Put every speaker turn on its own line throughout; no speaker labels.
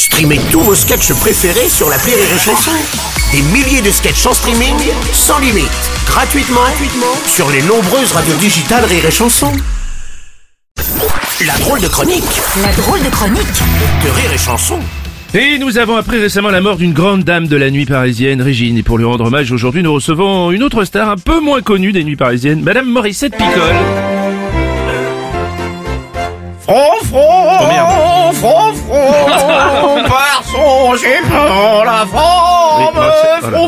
Streamez tous vos sketchs préférés sur l'appli Rire et Chanson. Des milliers de sketchs en streaming, sans limite, gratuitement sur les nombreuses radios digitales Rire et Chanson. La drôle de chronique de Rire et Chanson.
Et nous avons appris récemment la mort d'une grande dame de la nuit parisienne, Régine. Et pour lui rendre hommage, aujourd'hui, nous recevons une autre star un peu moins connue des nuits parisiennes, Madame Morissette Picol.
Perçon, j'ai peur la forme,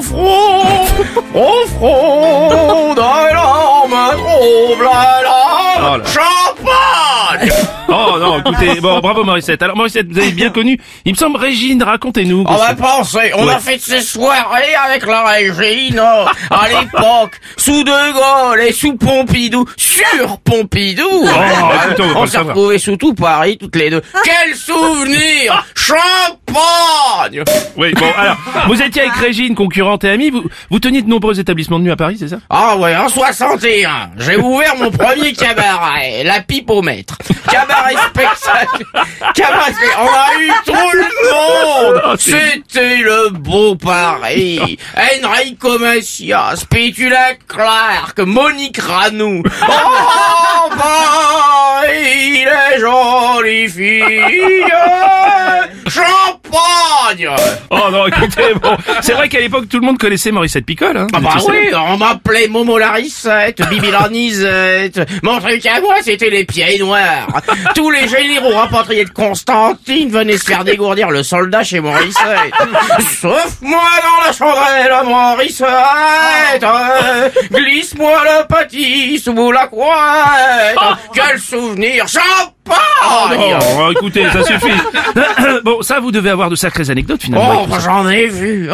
dans l'arme trouble la champagne.
Oh non, écoutez, bon, bravo Morissette. Alors Morissette, vous avez bien connu, il me semble, Régine, racontez-nous.
On va penser, on a fait ces soirées avec la Régine, à l'époque, sous De Gaulle et sous Pompidou, sur Pompidou. On s'est retrouvés sous tout Paris, toutes les deux. Quel souvenir! Champagne!
Oui, bon, alors, vous étiez avec Régine, concurrente et amie, vous teniez de nombreux établissements de nuit à Paris, c'est ça?
Ah ouais, en 61, j'ai ouvert mon premier cabaret, la Pipomètre. Cabaret spectacle. On a eu tout le monde. C'était le beau Paris. Enrico Macias, Pétula Clark, Monique Ranou. Oh, Paris, les jolies filles. Champagne.
Oh non, écoutez, bon, c'est vrai qu'à l'époque, tout le monde connaissait Morissette Picol, hein.
Ah bah oui, on m'appelait Momo Larissette, Bibi Lanisette. Mon truc à moi, c'était les pieds noirs. Tous les généraux rapatriés de Constantine venaient se faire dégourdir le soldat chez Morissette. Sauf moi dans la chandelle, Morissette. Glisse-moi le petit sous la couette. Quel souvenir, champagne.
Oh, écoutez, ça suffit. Bon, ça, vous devez avoir de sacrées anecdotes, finalement.
Oh, j'en ai vu.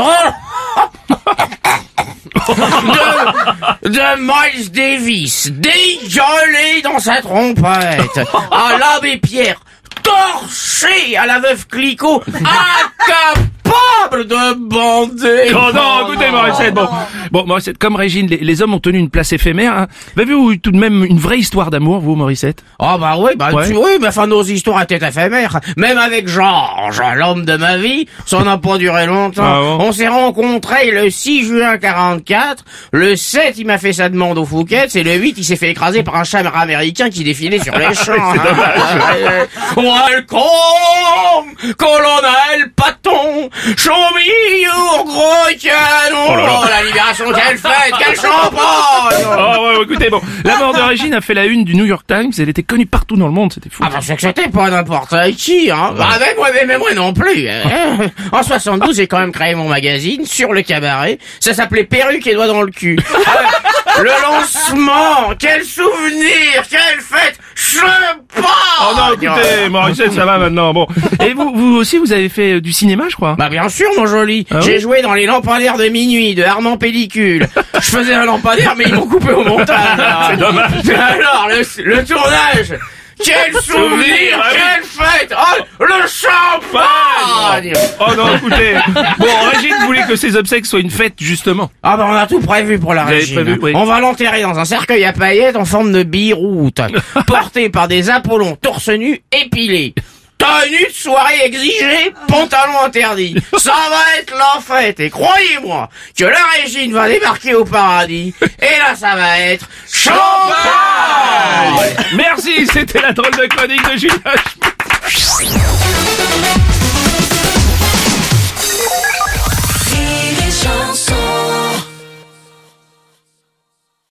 De Miles Davis, dégueulé dans sa trompette, à l'abbé Pierre, torché à la veuve Clicquot, incapable de bander.
Oh non, écoutez, Morissette, bon, Morissette, comme Régine, les hommes ont tenu une place éphémère, hein. Vous avez vu tout de même une vraie histoire d'amour, vous, Morissette?
Ah bah oui,
Ouais.
oui, mais enfin nos histoires étaient éphémères. Même avec Georges, l'homme de ma vie, ça n'a pas duré longtemps.
Ah bon?
On s'est rencontrés le 6 juin 44, le 7 il m'a fait sa demande au Fouquet's et le 8 il s'est fait écraser par un chat américain qui défilait sur les champs. Welcome, colonel Paton, show me your gros canon. Oh, la libération, quelle fête, quel champagne.
Oh ouais, écoutez, bon, la mort de Régine a fait la une du New York Times, elle était connue partout dans le monde, c'était fou.
Ah bah c'est que c'était pas n'importe qui, hein. Bah mais moi non plus. En 72, j'ai quand même créé mon magazine sur le cabaret. Ça s'appelait Perruque et doigts dans le cul. Le lancement, quel souvenir, quelle fête, champagne.
Oh non, écoutez, Morissette, ça va maintenant, bon. Et vous aussi, vous avez fait du cinéma, je crois?
Bah bien sûr, mon joli.
Ah
J'ai
oui
joué dans les lampadaires de minuit de Armand Pellicule. Je faisais un lampadaire, mais ils m'ont coupé au montage.
C'est dommage.
Mais alors, le tournage. Quel souvenir, quelle fête. Oh, le champagne.
Oh non, écoutez, bon, Régine voulait que ses obsèques soient une fête, justement.
Ah bah on a tout prévu pour la
Vous avez
Régine.
prévu, oui.
On va l'enterrer dans un cercueil à paillettes en forme de bille-route, porté par des Apollons torse nu épilés. Tenue de soirée exigée, pantalon interdit. Ça va être la fête et croyez-moi que la Régine va débarquer au paradis et là ça va être champagne.
Merci, c'était la drôle de chronique de Julien Schmitt.